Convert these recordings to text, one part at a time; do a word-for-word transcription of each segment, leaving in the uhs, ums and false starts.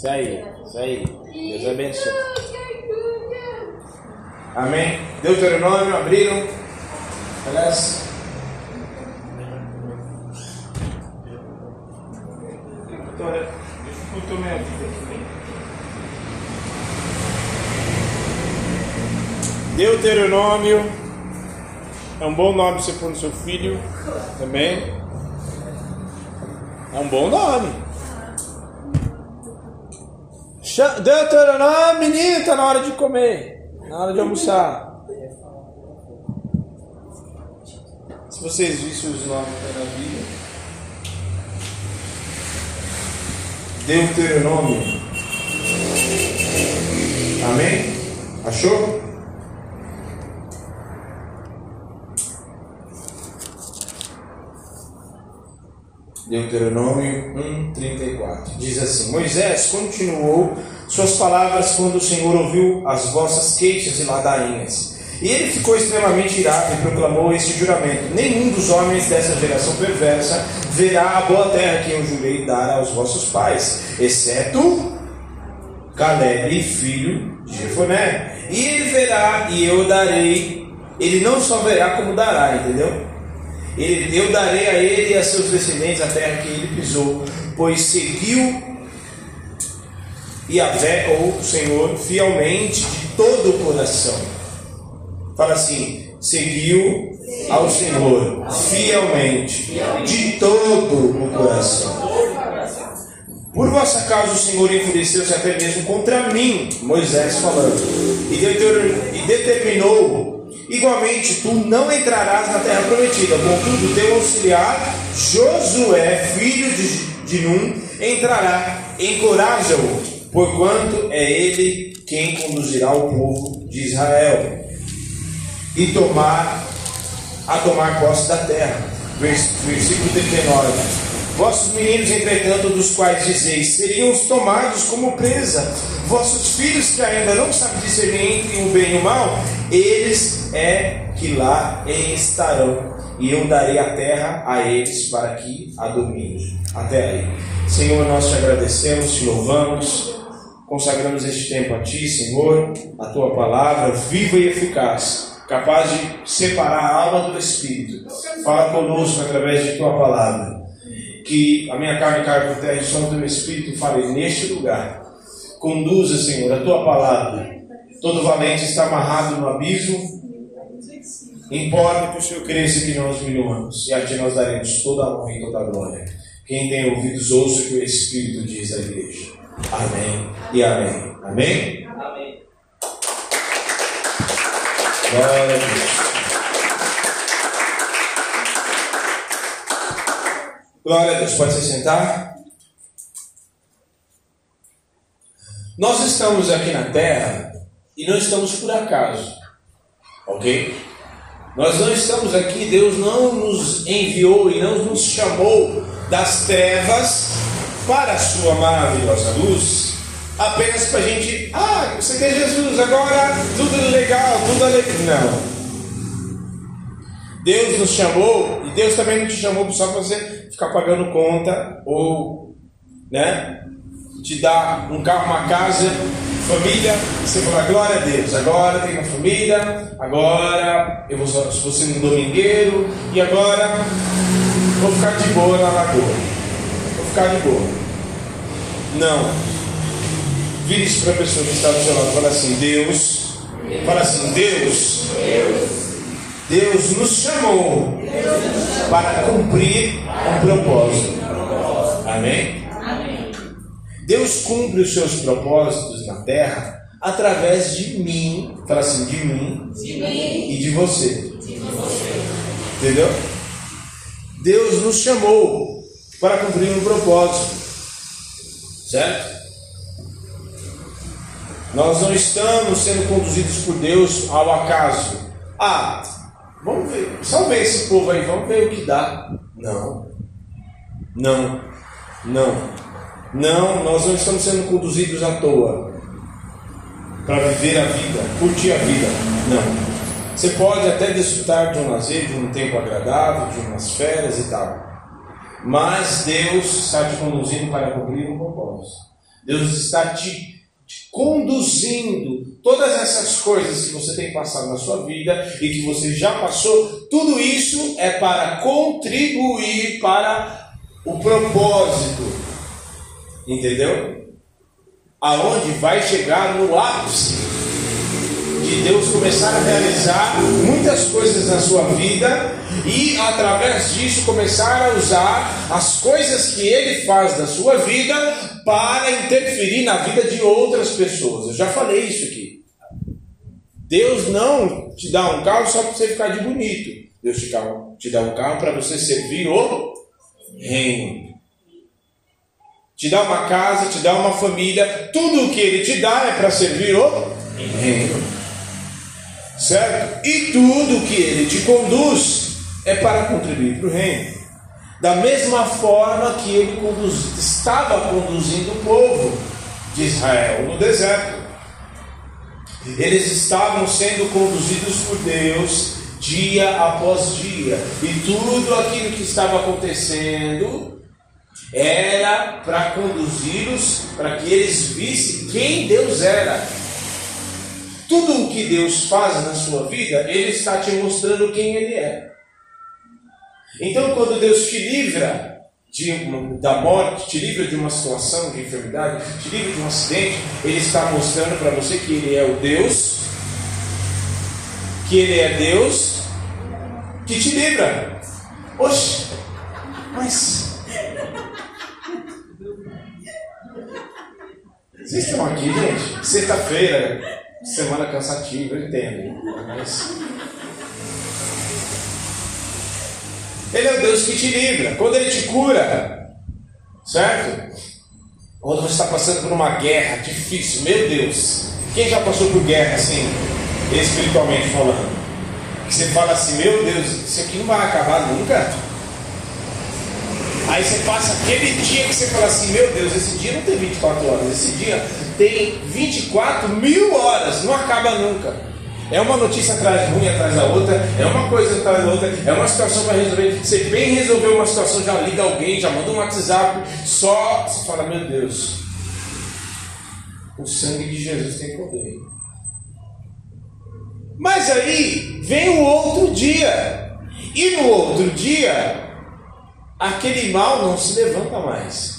Isso aí, isso aí. Deus abençoe. Amém. Deuteronômio, abriram. Aliás, Vitória, dificultou minha vida aqui. Deuteronômio é um bom nome para você pôr no seu filho também. É um bom nome. Deuteronômio, menino, está na hora de comer, na hora de almoçar. Se vocês vissem os nomes na Bíblia, Deuteronômio. Amém? Achou? Deuteronômio um, trinta e quatro. Diz assim: Moisés continuou suas palavras quando o Senhor ouviu as vossas queixas e ladainhas. E ele ficou extremamente irado e proclamou este juramento: nenhum dos homens dessa geração perversa verá a boa terra que eu jurei dar aos vossos pais, exceto Calebe, filho de Jefoné. E ele verá e eu darei. Ele não só verá como dará, entendeu? Ele, eu darei a ele e a seus descendentes a terra que ele pisou, pois seguiu Yahvé, ou o Senhor, fielmente de todo o coração. Fala assim: seguiu ao Senhor fielmente de todo o coração. Por vossa causa o Senhor enfureceu-se até mesmo contra mim, Moisés falando, e determinou: igualmente tu não entrarás na terra prometida, contudo teu auxiliar Josué, filho de, de Num, entrará. Encoraja-o, porquanto é ele quem conduzirá o povo de Israel e tomar a tomar posse da terra. Versículo trinta e nove. Vossos meninos, entretanto, dos quais dizeis, seriam tomados como presa. Vossos filhos, que ainda não sabem discernir entre o bem e o mal, eles é que lá estarão, e eu darei a terra a eles para que a dominem. Até aí. Senhor, nós te agradecemos, te louvamos, consagramos este tempo a ti, Senhor, a tua palavra viva e eficaz, capaz de separar a alma do espírito. Fala conosco através de tua palavra. Que a minha carne caia por terra e só o teu Espírito fale neste lugar. Conduza, Senhor, a tua palavra. Todo valente está amarrado no abismo. Importa que o Senhor cresça e que nós diminuamos. E a ti nós daremos toda a honra e toda a glória. Quem tem ouvidos, ouça o que o Espírito diz à igreja. Amém e amém. Amém? Amém. Glória a Deus. Glória a Deus, pode se sentar. Nós estamos aqui na terra e não estamos por acaso, ok? Nós não estamos aqui, Deus não nos enviou e não nos chamou das trevas para a sua maravilhosa luz, apenas para a gente, ah, você quer Jesus, agora tudo legal, tudo alegre. Não. Deus nos chamou, e Deus também não te chamou só para você ficar pagando conta, ou, né, te dar um carro, uma casa, família, e você falar, glória a Deus, agora tem uma família, agora eu vou, vou ser um domingueiro, e agora vou ficar de boa na lagoa, vou ficar de boa. Não. Vire isso para a pessoa que está do seu lado, fala assim, Deus, fala assim, Deus, Deus. Deus nos chamou para cumprir um propósito. Amém? Deus cumpre os seus propósitos na terra através de mim, fala assim, de mim, de mim. E de você. de você. Entendeu? Deus nos chamou para cumprir um propósito. Certo? Nós não estamos sendo conduzidos por Deus ao acaso. Ah, vamos ver, salve esse povo aí, vamos ver o que dá. Não, não, não, não, nós não estamos sendo conduzidos à toa para viver a vida, curtir a vida. Não. Você pode até desfrutar de um lazer, de um tempo agradável, de umas férias e tal, mas Deus está te conduzindo para cumprir um propósito. Deus está te, te conduzindo. Todas essas coisas que você tem passado na sua vida e que você já passou, tudo isso é para contribuir para o propósito. Entendeu? Aonde vai chegar no ápice de Deus começar a realizar muitas coisas na sua vida e através disso começar a usar as coisas que Ele faz na sua vida para interferir na vida de outras pessoas. Eu já falei isso aqui. Deus não te dá um carro só para você ficar de bonito. Deus te dá, te dá um carro para você servir o reino. Te dá uma casa, te dá uma família. Tudo o que Ele te dá é para servir o reino. Certo? E tudo que Ele te conduz é para contribuir para o reino. Da mesma forma que Ele conduz, estava conduzindo o povo de Israel no deserto. Eles estavam sendo conduzidos por Deus dia após dia. E tudo aquilo que estava acontecendo era para conduzi-los, para que eles vissem quem Deus era. Tudo o que Deus faz na sua vida, Ele está te mostrando quem Ele é. Então, quando Deus te livra de uma, da morte, te livra de uma situação de enfermidade, te livra de um acidente, Ele está mostrando para você que Ele é o Deus, que Ele é Deus que te livra. Oxe, mas vocês estão aqui, gente? Sexta-feira, semana cansativa, eu entendo. Mas Ele é o Deus que te livra. Quando Ele te cura, certo? Quando você está passando por uma guerra difícil, meu Deus, quem já passou por guerra assim, espiritualmente falando? Que você fala assim, meu Deus, isso aqui não vai acabar nunca. Aí você passa aquele dia que você fala assim, meu Deus, esse dia não tem vinte e quatro horas, esse dia tem vinte e quatro mil horas, não acaba nunca. É uma notícia atrás ruim, atrás da outra, é uma coisa atrás da outra, é uma situação para resolver. Você bem resolveu uma situação, já liga alguém, já manda um WhatsApp, só você fala, meu Deus, o sangue de Jesus tem poder. Mas aí vem o outro dia, e no outro dia, aquele mal não se levanta mais.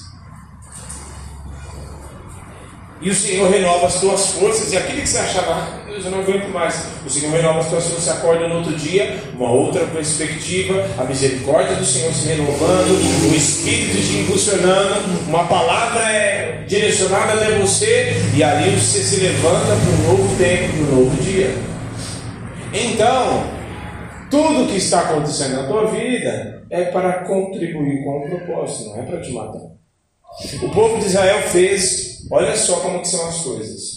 E o Senhor renova as tuas forças, e aquilo que você achava, Deus, eu não aguento mais, o Senhor renova as tuas forças, você acorda no outro dia, uma outra perspectiva, a misericórdia do Senhor se renovando, o Espírito te impulsionando, uma palavra é direcionada até você, e ali você se levanta para um novo tempo, para um novo dia. Então, tudo que está acontecendo na tua vida é para contribuir com o propósito, não é para te matar. O povo de Israel fez, olha só como que são as coisas.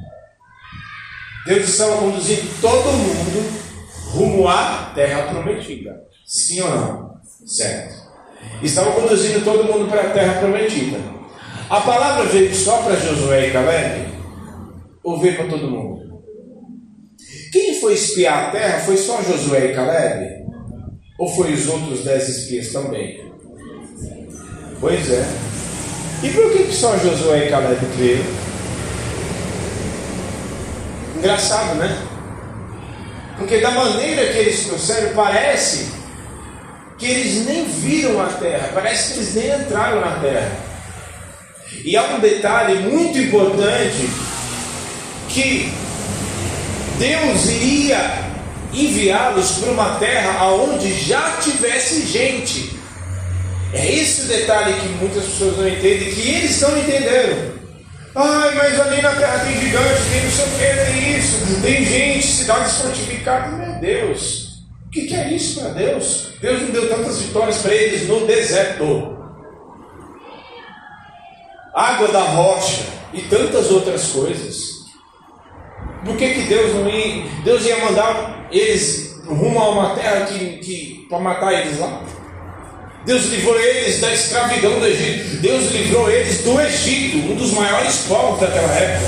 Deus estava conduzindo todo mundo rumo à terra prometida. Sim ou não? Certo. Estava conduzindo todo mundo para a terra prometida. A palavra veio só para Josué e Caleb? Ou veio para todo mundo? Quem foi espiar a terra foi só Josué e Caleb? Ou foi os outros dez espias também? Pois é. E por que só Josué e Caleb creram? Engraçado, né? Porque da maneira que eles trouxeram, parece que eles nem viram a terra, parece que eles nem entraram na terra. E há um detalhe muito importante, que Deus iria enviá-los para uma terra onde já tivesse gente. É esse o detalhe que muitas pessoas não entendem, que eles não entenderam. Ai, mas ali na terra tem gigantes, tem não sei o que, tem isso, tem gente, cidades fortificadas. Meu Deus, o que, que é isso para Deus? Deus não deu tantas vitórias para eles no deserto. Água da rocha e tantas outras coisas. Por que, que Deus não ia, Deus ia mandar eles rumo a uma terra que, que, para matar eles lá? Deus livrou eles da escravidão do Egito. Deus livrou eles do Egito, um dos maiores povos daquela época.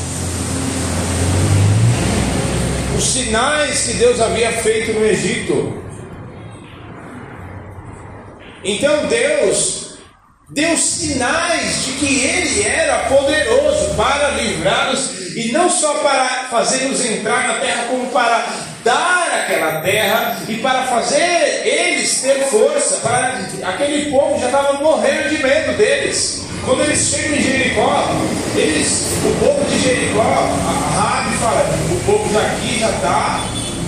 Os sinais que Deus havia feito no Egito. Então Deus deu sinais de que Ele era poderoso para livrá-los, e não só para fazê-los entrar na terra, como para dar aquela terra e para fazer eles ter força. Para aquele povo já estava morrendo de medo deles. Quando eles chegam em Jericó, eles, o povo de Jericó, a Raabe fala, o povo daqui já está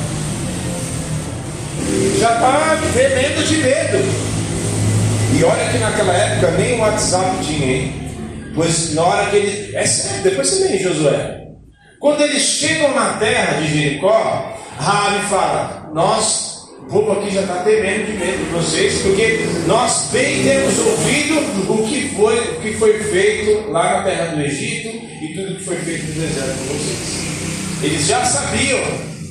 já está tremendo de medo. E olha que naquela época nem o WhatsApp tinha, hein? Pois na hora que ele... É sério, depois você vê em Josué. Quando eles chegam na terra de Jericó, Raabe fala, nós, o povo aqui já está temendo de medo de vocês, porque nós bem temos ouvido o que foi, o que foi feito lá na terra do Egito e tudo que foi feito no deserto com vocês. Eles já sabiam.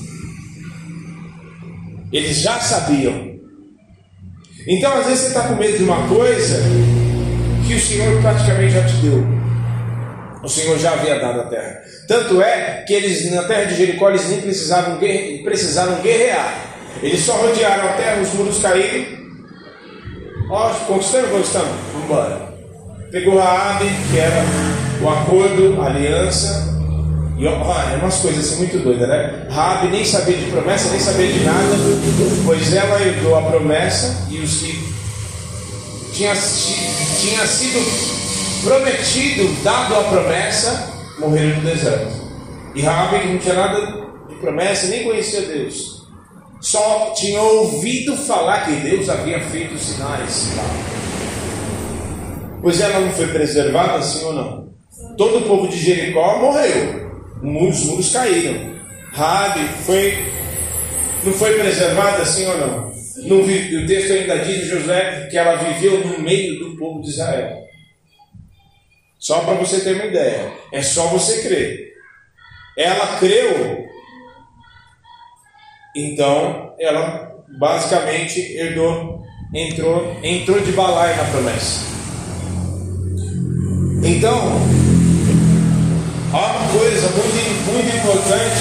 Eles já sabiam. Então, às vezes você está com medo de uma coisa que o Senhor praticamente já te deu. O Senhor já havia dado a terra. Tanto é que eles, na terra de Jericó, eles nem precisavam, guerre... precisaram guerrear. Eles só rodearam a terra, os muros caíram. Ó, conquistando, conquistando. Vamos embora. Pegou Raabe, que era o acordo, a aliança. E olha, é umas coisas assim muito doidas, né? Raabe nem sabia de promessa, nem sabia de nada, pois ela herdou a promessa e os que tinha, tinha sido prometido, dado a promessa, morreram no deserto. E Raabe, que não tinha nada de promessa, nem conhecia Deus, só tinha ouvido falar que Deus havia feito sinais. Pois ela não foi preservada, sim ou não? Todo o povo de Jericó morreu. Os muros caíram. Raabe foi, não foi preservada, sim ou não? No, o texto ainda diz de Josué que ela viveu no meio do povo de Israel. Só para você ter uma ideia. É só você crer. Ela creu. Então ela basicamente herdou, entrou, entrou de balaio na promessa. Então, há uma coisa muito, muito importante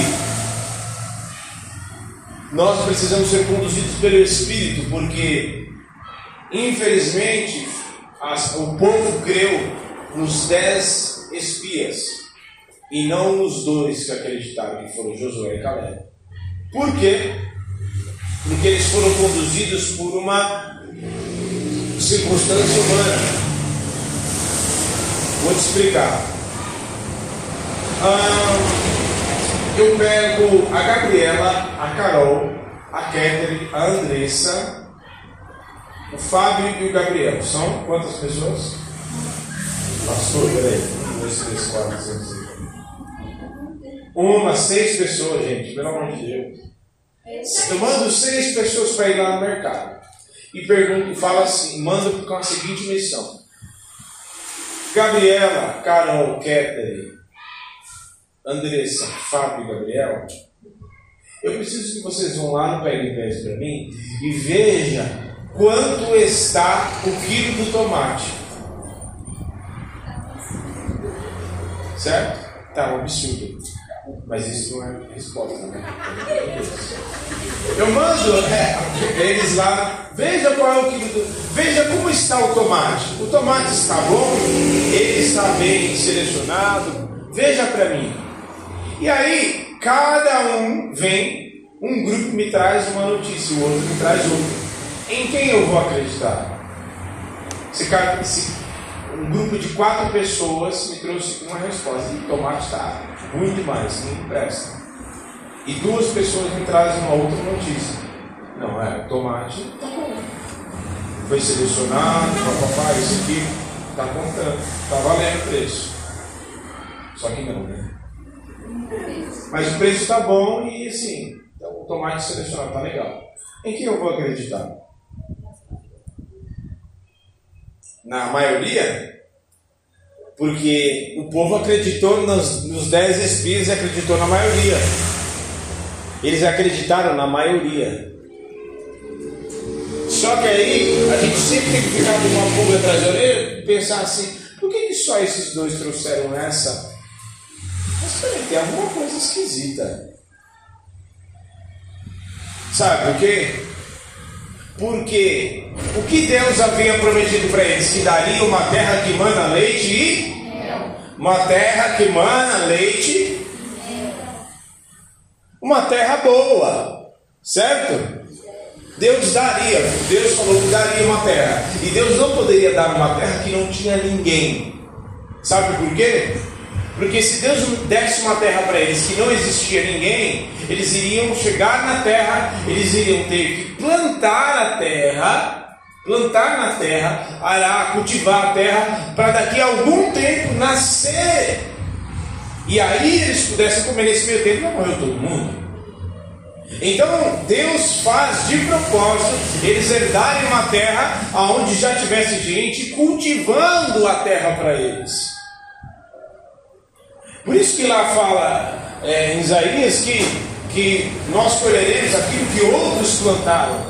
que nós precisamos ser conduzidos pelo Espírito, porque infelizmente as, o povo creu nos dez espias e não nos dois que acreditaram, que foram Josué e Caleb. Por quê? Porque eles foram conduzidos por uma circunstância humana. Vou te explicar. Ah, eu pego a Gabriela, a Carol, a Catherine, a Andressa, o Fábio e o Gabriel. São quantas pessoas? Pastor, peraí. Um, dois, três, quatro, cinco, seis. Uma, seis pessoas, gente, pelo amor de Deus. Eu mando seis pessoas para ir lá no mercado. E pergunto, e falo assim, mando com a seguinte missão. Gabriela, Carol, Catherine, Andressa, Fábio e Gabriel, eu preciso que vocês vão lá no Pega em Pés para mim e veja quanto está o quilo do tomate. Certo? Tá, um absurdo. Mas isso não é resposta, né? Eu mando é, eles lá, veja qual é o quilo do... Veja como está o tomate. O tomate está bom, ele está bem selecionado. Veja para mim. E aí, cada um vem, um grupo me traz uma notícia, o outro me traz outra. Em quem eu vou acreditar? Se, se um grupo de quatro pessoas me trouxe uma resposta, e o tomate está ruim demais, não presta. E duas pessoas me trazem uma outra notícia. Não, é, o tomate está bom. Foi selecionado, papai, isso aqui está contando, está valendo o preço. Só que não, né? Mas o preço está bom e assim, então, o tomate selecionado está legal. Em que eu vou acreditar? Na maioria? Porque o povo acreditou nos, nos dez espias e acreditou na maioria. Eles acreditaram na maioria. Só que aí a gente sempre tem que ficar com uma pulga atrás da orelha e pensar assim, por que, que só esses dois trouxeram essa? Mas peraí, tem alguma coisa esquisita. Sabe por quê? Porque o que Deus havia prometido para eles? Que daria uma terra que mana leite e... Uma terra que mana leite... Uma terra boa, certo? Deus daria, Deus falou que daria uma terra. E Deus não poderia dar uma terra que não tinha ninguém. Sabe por quê? Porque se Deus desse uma terra para eles que não existia ninguém, eles iriam chegar na terra, eles iriam ter que plantar a terra, plantar na terra, arar, cultivar a terra, para daqui a algum tempo nascer. E aí eles pudessem comer. Nesse meio tempo não morreu todo mundo. Então Deus faz de propósito eles herdarem uma terra onde já tivesse gente cultivando a terra para eles. Por isso que lá fala é, em Isaías que, que nós colheremos aquilo que outros plantaram.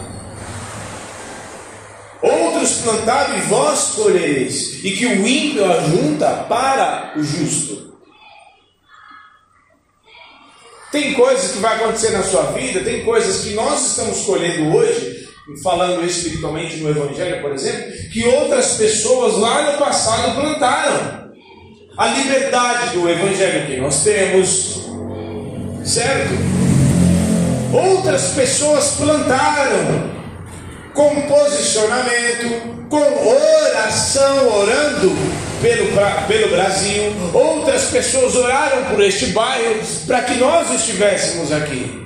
Outros plantaram e vós colhereis, e que o ímpio ajunta para o justo. Tem coisas que vai acontecer na sua vida, tem coisas que nós estamos colhendo hoje, falando espiritualmente no Evangelho, por exemplo, que outras pessoas lá no passado plantaram. A liberdade do Evangelho que nós temos, certo? Outras pessoas plantaram com posicionamento, com oração, orando pelo, pelo Brasil. Outras pessoas oraram por este bairro para que nós estivéssemos aqui.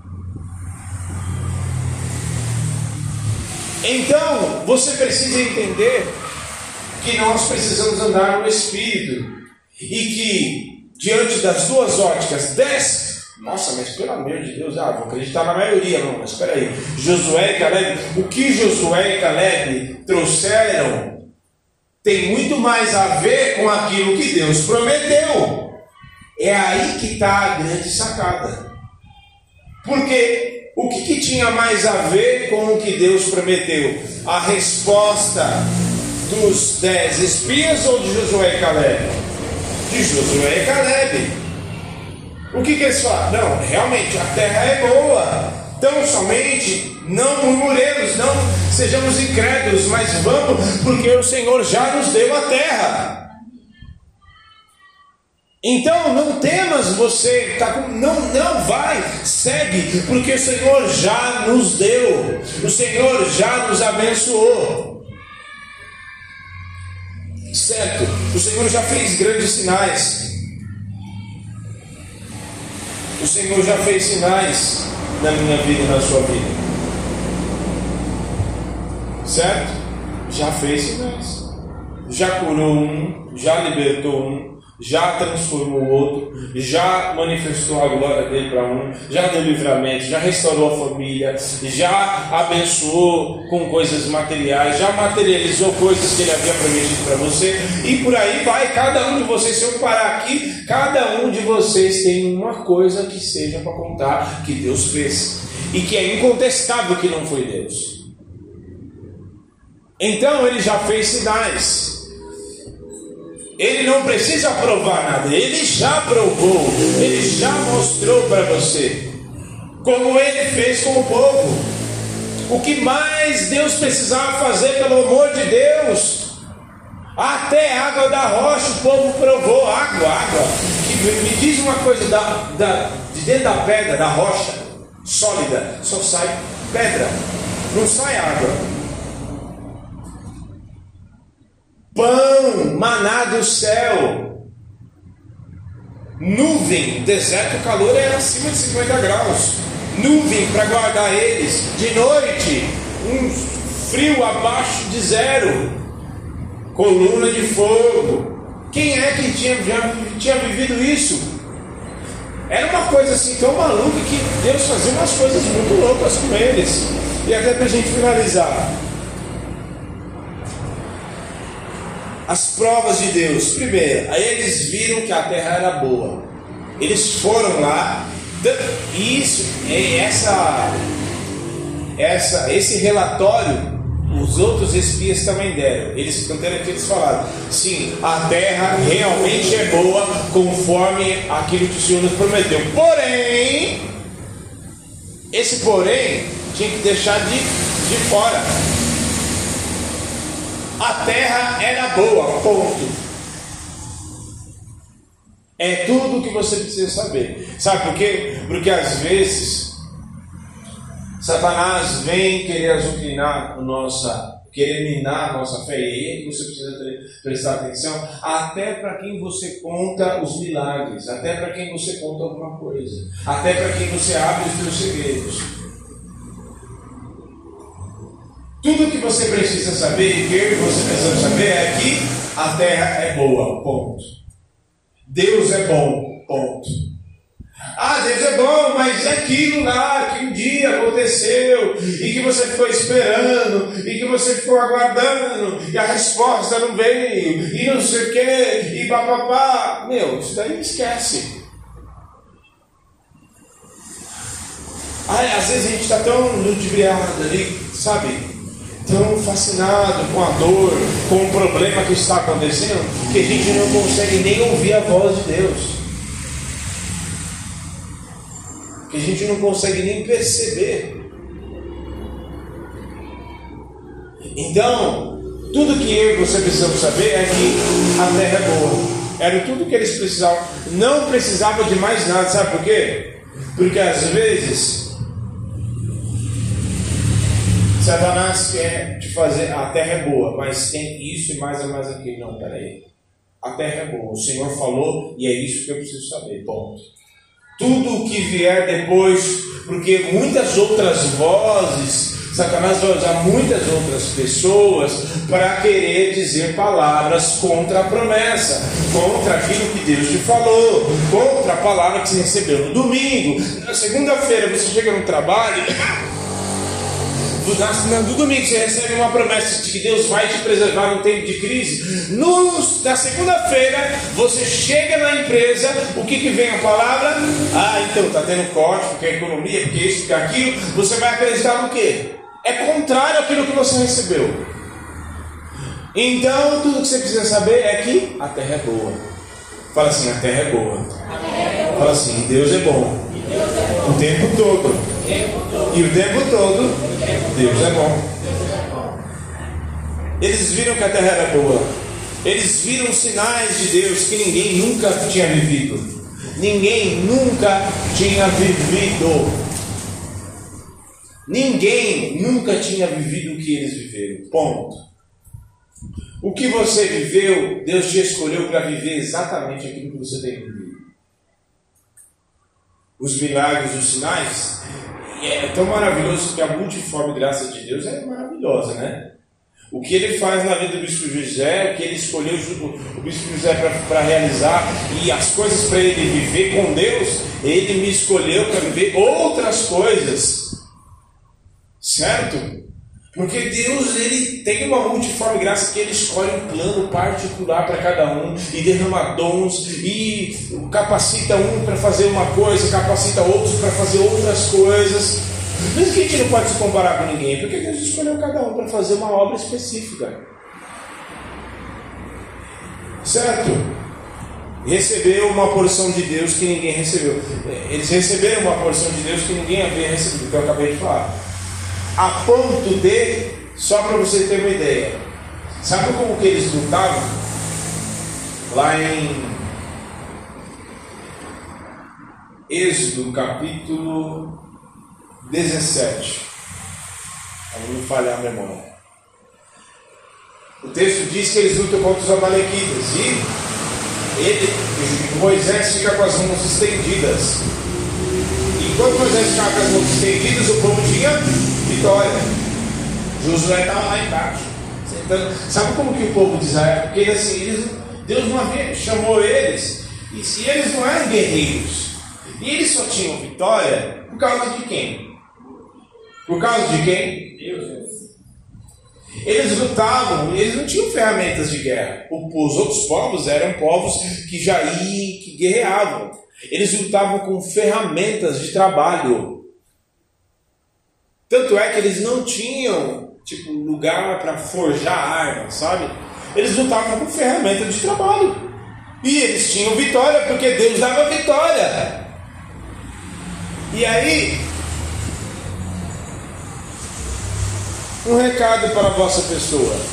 Então, você precisa entender que nós precisamos andar no Espírito. E que, diante das duas óticas, dez... Nossa, mas pelo amor de Deus, ah, vou acreditar na maioria, não, mas espera aí. Josué e Caleb, o que Josué e Caleb trouxeram tem muito mais a ver com aquilo que Deus prometeu. É aí que está a grande sacada. Porque o que, que tinha mais a ver com o que Deus prometeu? A resposta dos dez espias ou de Josué e Caleb? De Josué e Caleb. O que, que eles falaram? Não, realmente a terra é boa. Então somente não murmuremos, não sejamos incrédulos, mas vamos, porque o Senhor já nos deu a terra. Então não temas, você tá com... não, não vai, segue, porque o Senhor já nos deu, o Senhor já nos abençoou. Certo, o Senhor já fez grandes sinais. O Senhor já fez sinais na minha vida e na sua vida. Certo? Já fez sinais. Já curou um, já libertou um, já transformou o outro, já manifestou a glória dele para um, já deu livramento, já restaurou a família, já abençoou com coisas materiais, já materializou coisas que ele havia prometido para você, e por aí vai. Cada um de vocês, se eu parar aqui, cada um de vocês tem uma coisa que seja para contar que Deus fez, e que é incontestável que não foi Deus. Então ele já fez sinais. Ele não precisa provar nada, ele já provou, ele já mostrou para você, como ele fez com o povo. O que mais Deus precisava fazer, pelo amor de Deus? Até água da rocha o povo provou. Água, água. Me diz uma coisa, da, da, de dentro da pedra, da rocha sólida, só sai pedra, não sai água. Pão, maná do céu, nuvem, deserto, o calor é acima de cinquenta graus, nuvem para guardar eles, de noite, um frio abaixo de zero, coluna de fogo. Quem é que tinha, já tinha vivido isso? Era uma coisa assim tão maluca que Deus fazia umas coisas muito loucas com eles. E até para a gente finalizar, as provas de Deus. Primeiro, aí eles viram que a terra era boa. Eles foram lá. Isso, essa, essa, esse relatório, os outros espias também deram. Eles cantaram que eles falaram: sim, a terra realmente é boa, conforme aquilo que o Senhor nos prometeu. Porém, esse porém tinha que deixar de, de fora. A terra era boa, ponto. É tudo o que você precisa saber. Sabe por quê? Porque às vezes Satanás vem querer azucrinar a nossa, querer minar a nossa fé. E aí você precisa ter, prestar atenção até para quem você conta os milagres, até para quem você conta alguma coisa, até para quem você abre os seus segredos. Tudo que você precisa saber e que você precisa saber é que a terra é boa, ponto. Deus é bom, ponto. Ah, Deus é bom, mas é aquilo lá que um dia aconteceu e que você ficou esperando e que você ficou aguardando e a resposta não veio e não sei o que e papapá. Meu, isso daí esquece. Ah, às vezes a gente está tão ludibriado ali, sabe? Tão fascinado com a dor, com o problema que está acontecendo, que a gente não consegue nem ouvir a voz de Deus. Que a gente não consegue nem perceber. Então, tudo que eu e você precisamos saber é que a terra é boa. Era tudo que eles precisavam. Não precisava de mais nada, sabe por quê? Porque às vezes Satanás quer te fazer, a terra é boa, mas tem isso e mais e mais aquilo. Não, peraí. A terra é boa, o Senhor falou e é isso que eu preciso saber, ponto. Tudo o que vier depois, porque muitas outras vozes, Satanás vai usar muitas outras pessoas para querer dizer palavras contra a promessa, contra aquilo que Deus te falou, contra a palavra que você recebeu no domingo. Na segunda-feira você chega no trabalho, no domingo você recebe uma promessa de que Deus vai te preservar no tempo de crise. No, na segunda-feira você chega na empresa, o que, que vem a palavra? Ah, então está tendo corte, porque a economia, porque isso, porque aquilo. Você vai acreditar no quê? É contrário àquilo que você recebeu. Então tudo que você precisa saber é que a terra é boa. Fala assim, a terra é boa. Fala assim, Deus é bom o tempo todo. E o tempo todo Deus é bom. Eles viram que a terra era boa. Eles viram sinais de Deus que ninguém nunca tinha vivido. Ninguém nunca tinha vivido. Ninguém nunca tinha vivido o que eles viveram. Ponto. O que você viveu, Deus te escolheu para viver exatamente aquilo que você tem vivido. Os milagres, os sinais, é tão maravilhoso que a multiforme graça de Deus é maravilhosa, né? O que ele faz na vida do bispo José, o que ele escolheu o bispo José para realizar e as coisas para ele viver com Deus, ele me escolheu para viver outras coisas, certo? Porque Deus, ele tem uma multiforme graça que ele escolhe um plano particular para cada um e derrama dons e capacita um para fazer uma coisa, capacita outros para fazer outras coisas. Por isso que a gente não pode se comparar com ninguém, porque Deus escolheu cada um para fazer uma obra específica, certo? Recebeu uma porção de Deus que ninguém recebeu. Eles receberam uma porção de Deus que ninguém havia recebido, que eu acabei de falar. A ponto de, só para você ter uma ideia, sabe como que eles lutavam? Lá em Êxodo capítulo dezessete, para não me falhar a memória. O texto diz que eles lutam contra os amalequitas e ele, Moisés fica com as mãos estendidas. Enquanto Moisés ficava com as mãos estendidas, o povo tinha vitória. Josué estava lá embaixo. Então, sabe como que o povo de Israel? Porque assim, eles, Deus não havia, chamou eles, e se eles não eram guerreiros, e eles só tinham vitória por causa de quem? Por causa de quem? Deus. Eles lutavam, eles não tinham ferramentas de guerra. Os outros povos eram povos que já iam, que guerreavam. Eles lutavam com ferramentas de trabalho. Tanto é que eles não tinham tipo lugar para forjar armas, sabe? Eles lutavam com ferramentas de trabalho. E eles tinham vitória porque Deus dava vitória. E aí, um recado para a vossa pessoa.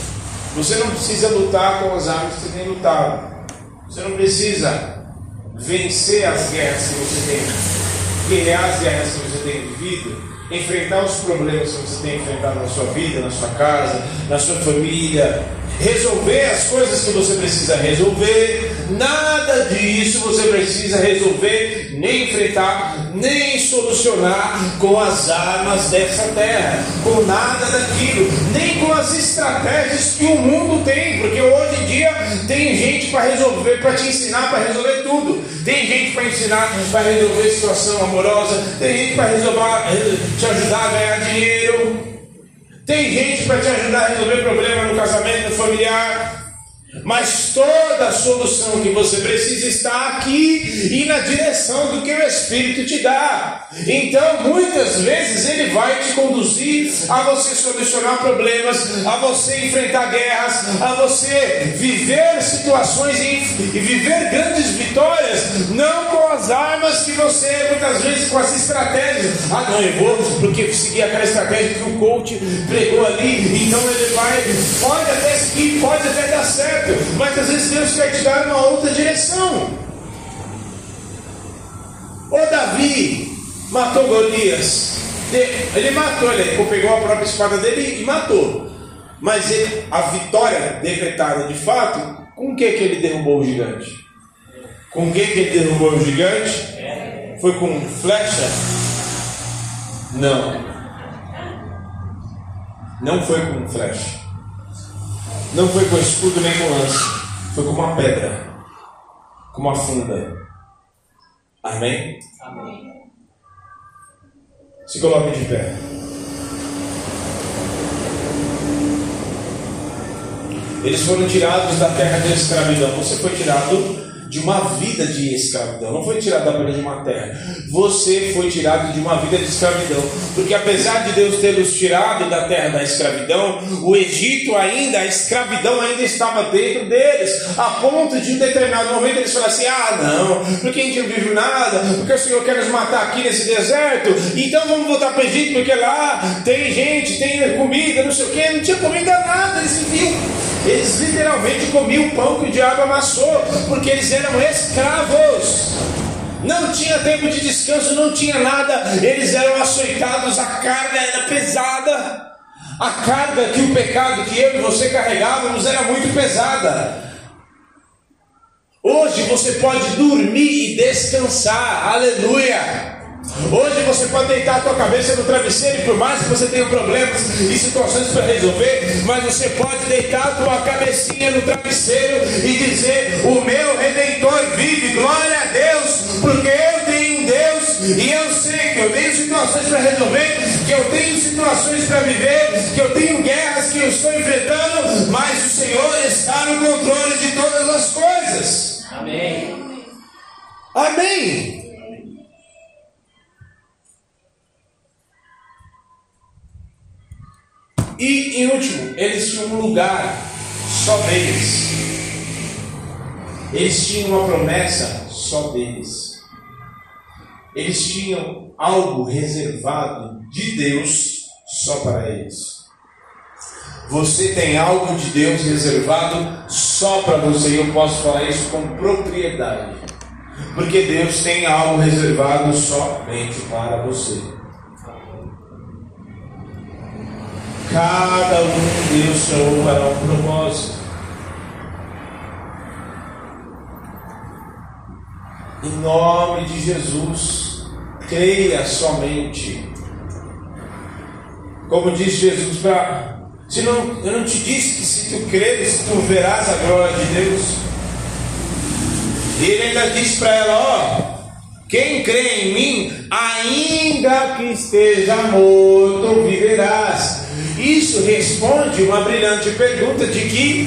Você não precisa lutar com as armas que você tem lutado. Você não precisa vencer as guerras que você tem, guerrear as guerras que você tem vivido, enfrentar os problemas que você tem enfrentado na sua vida, na sua casa, na sua família, resolver as coisas que você precisa resolver. Nada disso você precisa resolver, nem enfrentar, nem solucionar com as armas dessa terra, com nada daquilo, nem com as estratégias que o mundo tem, porque hoje em dia tem gente para resolver, para te ensinar para resolver tudo. Tem gente para ensinar para resolver situação amorosa, tem gente para resolver, te ajudar a ganhar dinheiro, tem gente para te ajudar a resolver problema no casamento familiar. Mas toda a solução que você precisa está aqui e na direção do que o Espírito te dá. Então, muitas vezes Ele vai te conduzir a você solucionar problemas, a você enfrentar guerras, a você viver situações e, e viver grandes vitórias, não com as armas que você, muitas vezes, com as estratégias. Ah, não, eu vou porque seguir aquela estratégia que o coach pregou ali, então ele vai, pode até seguir, pode até dar certo. Mas às vezes Deus quer te dar uma outra direção. O Davi matou Golias. Ele matou, ele pegou a própria espada dele e matou. Mas ele, a vitória decretada de fato, com o que, que ele derrubou o gigante? Com o que, que ele derrubou o gigante? Foi com flecha? Não. Não foi com flecha. Não foi com escudo nem com lança. Foi com uma pedra. Com uma funda. Amém? Amém. Se coloque de pé. Eles foram tirados da terra de escravidão. Você foi tirado de uma vida de escravidão. Não foi tirado apenas de uma terra. Você foi tirado de uma vida de escravidão. Porque apesar de Deus ter nos tirado da terra da escravidão, o Egito ainda, a escravidão ainda estava dentro deles. A ponto de um determinado momento eles falaram assim: ah não, porque a gente não vive nada, porque o Senhor quer nos matar aqui nesse deserto, então vamos voltar para o Egito, porque lá tem gente, tem comida, não sei o que. Não tinha comida nada, eles viviam. Eles literalmente comiam o pão que o diabo amassou, porque eles eram escravos. Não tinha tempo de descanso, não tinha nada. Eles eram açoitados, a carga era pesada. A carga que o pecado que eu e você carregávamos era muito pesada. Hoje você pode dormir e descansar, aleluia. Hoje você pode deitar a tua cabeça no travesseiro e por mais que você tenha problemas e situações para resolver, mas você pode deitar a tua cabecinha no travesseiro e dizer: o meu Redentor vive, glória a Deus, porque eu tenho um Deus e eu sei que eu tenho situações para resolver, que eu tenho situações para viver, que eu tenho guerras que eu estou enfrentando, mas o Senhor está no controle de todas as coisas. Amém. Amém. E, em último, eles tinham um lugar só deles. Eles tinham uma promessa só deles. Eles tinham algo reservado de Deus só para eles. Você tem algo de Deus reservado só para você. E eu posso falar isso com propriedade, porque Deus tem algo reservado somente para você. Cada um Deus chamou para um propósito. Em nome de Jesus, creia somente. Como diz Jesus para... Se não, eu não te disse que se tu creres, tu verás a glória de Deus. E ele ainda disse para ela: ó, quem crê em mim, ainda que esteja morto, viverás. Isso responde uma brilhante pergunta de que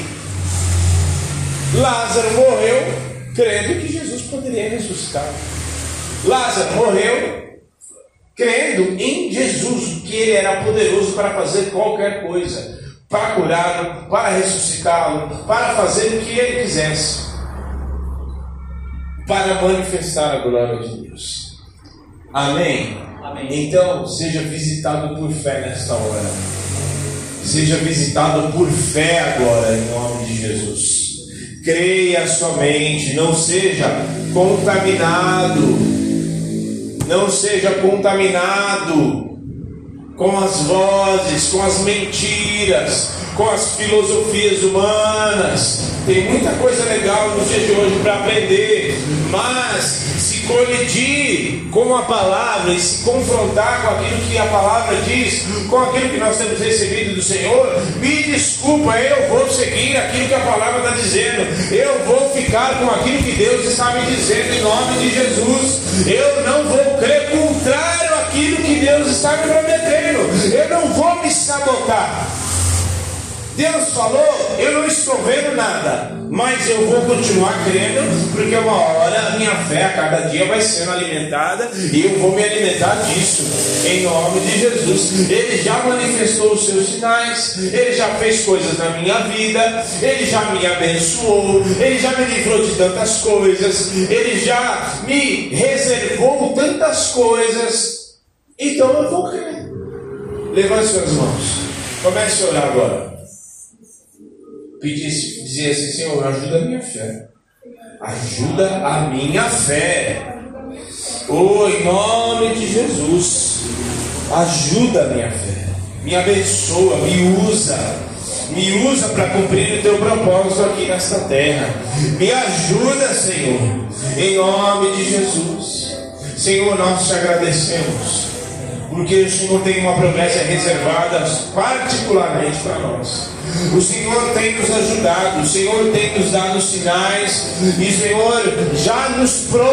Lázaro morreu crendo que Jesus poderia ressuscitar. Lázaro morreu crendo em Jesus, que ele era poderoso para fazer qualquer coisa, para curá-lo, para ressuscitá-lo, para fazer o que ele quisesse, para manifestar a glória de Deus. Amém? Amém. Então, seja visitado por fé nesta hora. seja visitado por fé agora, em nome de Jesus. Creia somente, não seja contaminado, não seja contaminado com as vozes, com as mentiras, com as filosofias humanas. Tem muita coisa legal nos dias de hoje para aprender, mas se colidir com a palavra e se confrontar com aquilo que a palavra diz, com aquilo que nós temos recebido do Senhor, me desculpa, eu vou seguir aquilo que a palavra está dizendo, eu vou ficar com aquilo que Deus está me dizendo em nome de Jesus. Eu não vou crer contrário àquilo que Deus está me prometendo, eu não vou me sabotar. Deus falou, eu não estou vendo nada, mas eu vou continuar crendo, porque uma hora a minha fé a cada dia vai sendo alimentada e eu vou me alimentar disso, em nome de Jesus. Ele já manifestou os seus sinais, Ele já fez coisas na minha vida, Ele já me abençoou, Ele já me livrou de tantas coisas, Ele já me reservou tantas coisas, então eu vou crer. Levante suas mãos, comece a orar agora. Dizer assim: Senhor, ajuda a minha fé, ajuda a minha fé, oh, em nome de Jesus, ajuda a minha fé, me abençoa, me usa, me usa para cumprir o teu propósito aqui nesta terra, me ajuda, Senhor, em nome de Jesus. Senhor, nós te agradecemos, porque o Senhor tem uma promessa reservada particularmente para nós. O Senhor tem nos ajudado, o Senhor tem nos dado sinais, e o Senhor já nos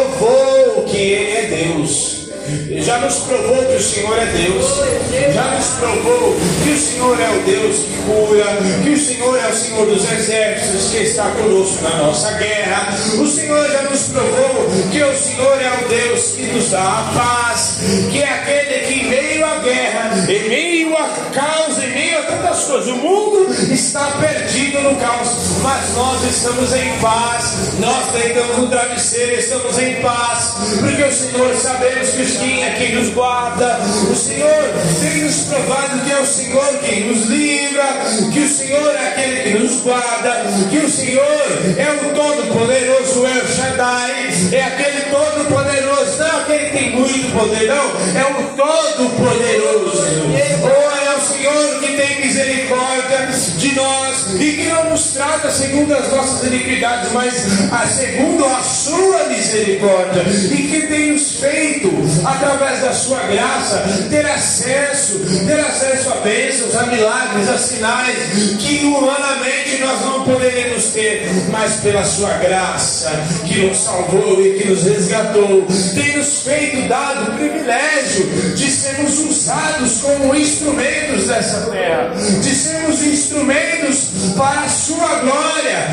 provou que Ele é Deus. Já nos provou que o Senhor é Deus. Já nos provou que o Senhor é o Deus que cura, que o Senhor é o Senhor dos exércitos que está conosco na nossa guerra. O Senhor já nos provou que o Senhor é o Deus que nos dá a paz, que é aquele que em meio à guerra, em meio à causa, em meio a tantas coisas, o mundo está perdido no caos, mas nós estamos em paz. Nós deitamos no travesseiro, estamos em paz, porque o Senhor, sabemos que o Senhor é quem nos guarda. O Senhor tem nos provado que é o Senhor quem nos livra, que o Senhor é aquele que nos guarda, que o Senhor é o Todo-Poderoso, El Shaddai, é aquele Todo-Poderoso, não aquele que tem muito poder, não, é o Todo-Poderoso. Oh, é o Senhor que tem misericórdia de nós e que não nos trata segundo as nossas iniquidades, mas a, segundo a sua misericórdia, e que tem nos feito, através da sua graça, ter acesso, ter acesso a bênçãos, a milagres, a sinais que humanamente nós não poderíamos ter, mas pela sua graça que nos salvou e que nos resgatou, tem nos feito dado o privilégio de sermos usados como instrumentos dessa terra, de sermos instrumentos para a sua glória.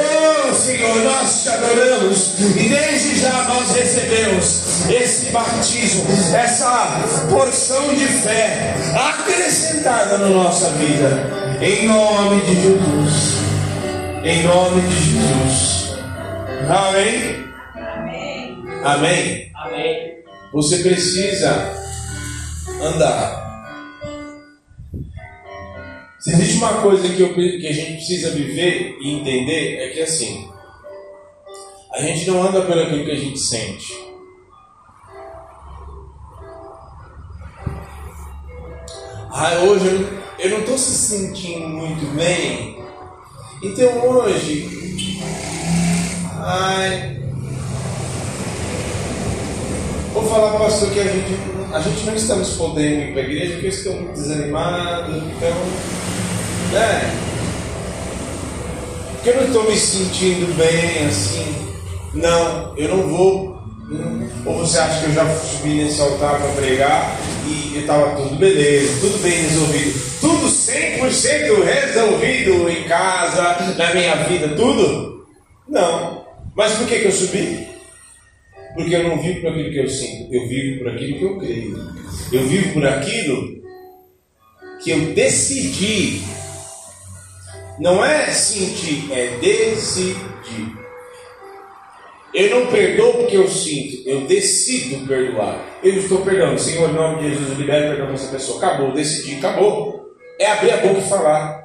Oh Senhor, nós te adoramos e desde já nós recebemos esse batismo, essa porção de fé acrescentada na nossa vida, em nome de Jesus, em nome de Jesus. Amém? Amém? Amém? Amém. Você precisa andar. Se existe uma coisa que, eu, que a gente precisa viver e entender, é que assim, a gente não anda pelo aquilo que a gente sente. Ah, hoje eu não estou se sentindo muito bem, então hoje, ai, vou falar para o pastor que a gente, a gente não estamos podendo ir para a igreja porque eu estou muito desanimado, então, né? Porque eu não estou me sentindo bem assim. Não, eu não vou. Ou você acha que eu já subi nesse altar para pregar e estava tudo beleza, tudo bem resolvido, tudo cem por cento resolvido em casa, na minha vida, tudo? Não. Mas por que que eu subi? Porque eu não vivo por aquilo que eu sinto, eu vivo por aquilo que eu creio. Eu vivo por aquilo que eu decidi. Não é sentir, é decidir. Eu não perdoo porque eu sinto, eu decido perdoar. Eu estou perdoando, Senhor, em nome de Jesus, eu libero perdão para essa pessoa. Acabou, decidi, acabou. é abrir a boca e falar.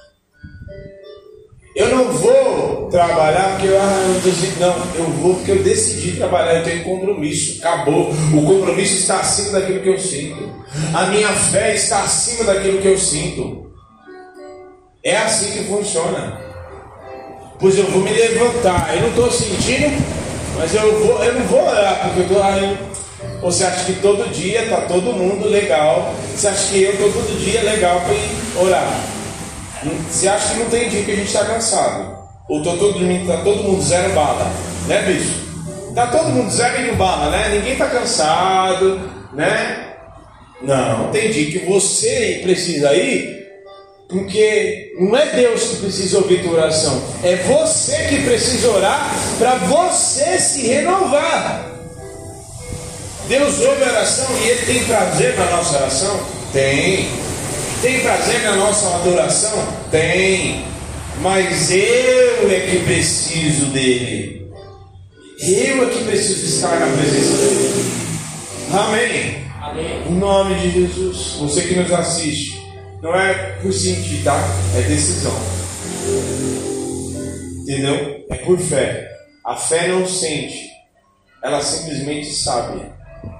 Eu não vou trabalhar porque eu, ah, eu decidi, não, eu vou porque eu decidi trabalhar, eu tenho compromisso, acabou. O compromisso está acima daquilo que eu sinto. A minha fé está acima daquilo que eu sinto. É assim que funciona. Pois eu vou me levantar, eu não estou sentindo, mas eu, vou, eu não vou orar porque eu estou. Ah, eu, você acha que todo dia está todo mundo legal? Você acha que eu estou todo dia legal para ir orar? Você acha que não tem dia que a gente está cansado? Ou tô todo, tá todo mundo zero bala? Né, bicho? Tá todo mundo zero em bala, né? Ninguém tá cansado, né? Não, tem dia que você precisa ir, porque não é Deus que precisa ouvir tua oração, é você que precisa orar para você se renovar. Deus ouve a oração e Ele tem prazer na nossa oração? Tem. Tem prazer na nossa adoração? Tem. Mas eu é que preciso dele. Eu é que preciso estar na presença dele. Amém. Amém. Em nome de Jesus. Você que nos assiste, não é por sentir, tá? É decisão. Entendeu? É por fé. A fé não sente. Ela simplesmente sabe.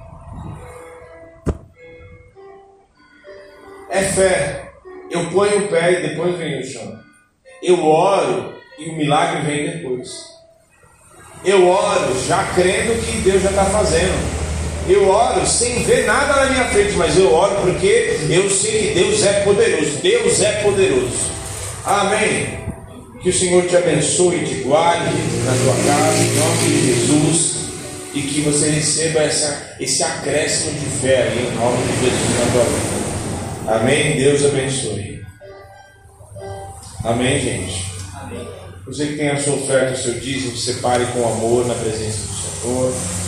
É fé. Eu ponho o pé e depois vem o chão. Eu oro e o milagre vem depois. Eu oro já crendo que Deus já está fazendo. Eu oro sem ver nada na minha frente, mas eu oro porque eu sei que Deus é poderoso. Deus é poderoso. Amém. Que o Senhor te abençoe e te guarde na tua casa, em nome de Jesus. E que você receba essa, esse acréscimo de fé aí, em nome de Jesus na tua vida. Amém? Deus abençoe. Amém, gente? Amém. Você que tem a sua oferta, o seu dízimo, separe com amor na presença do Senhor.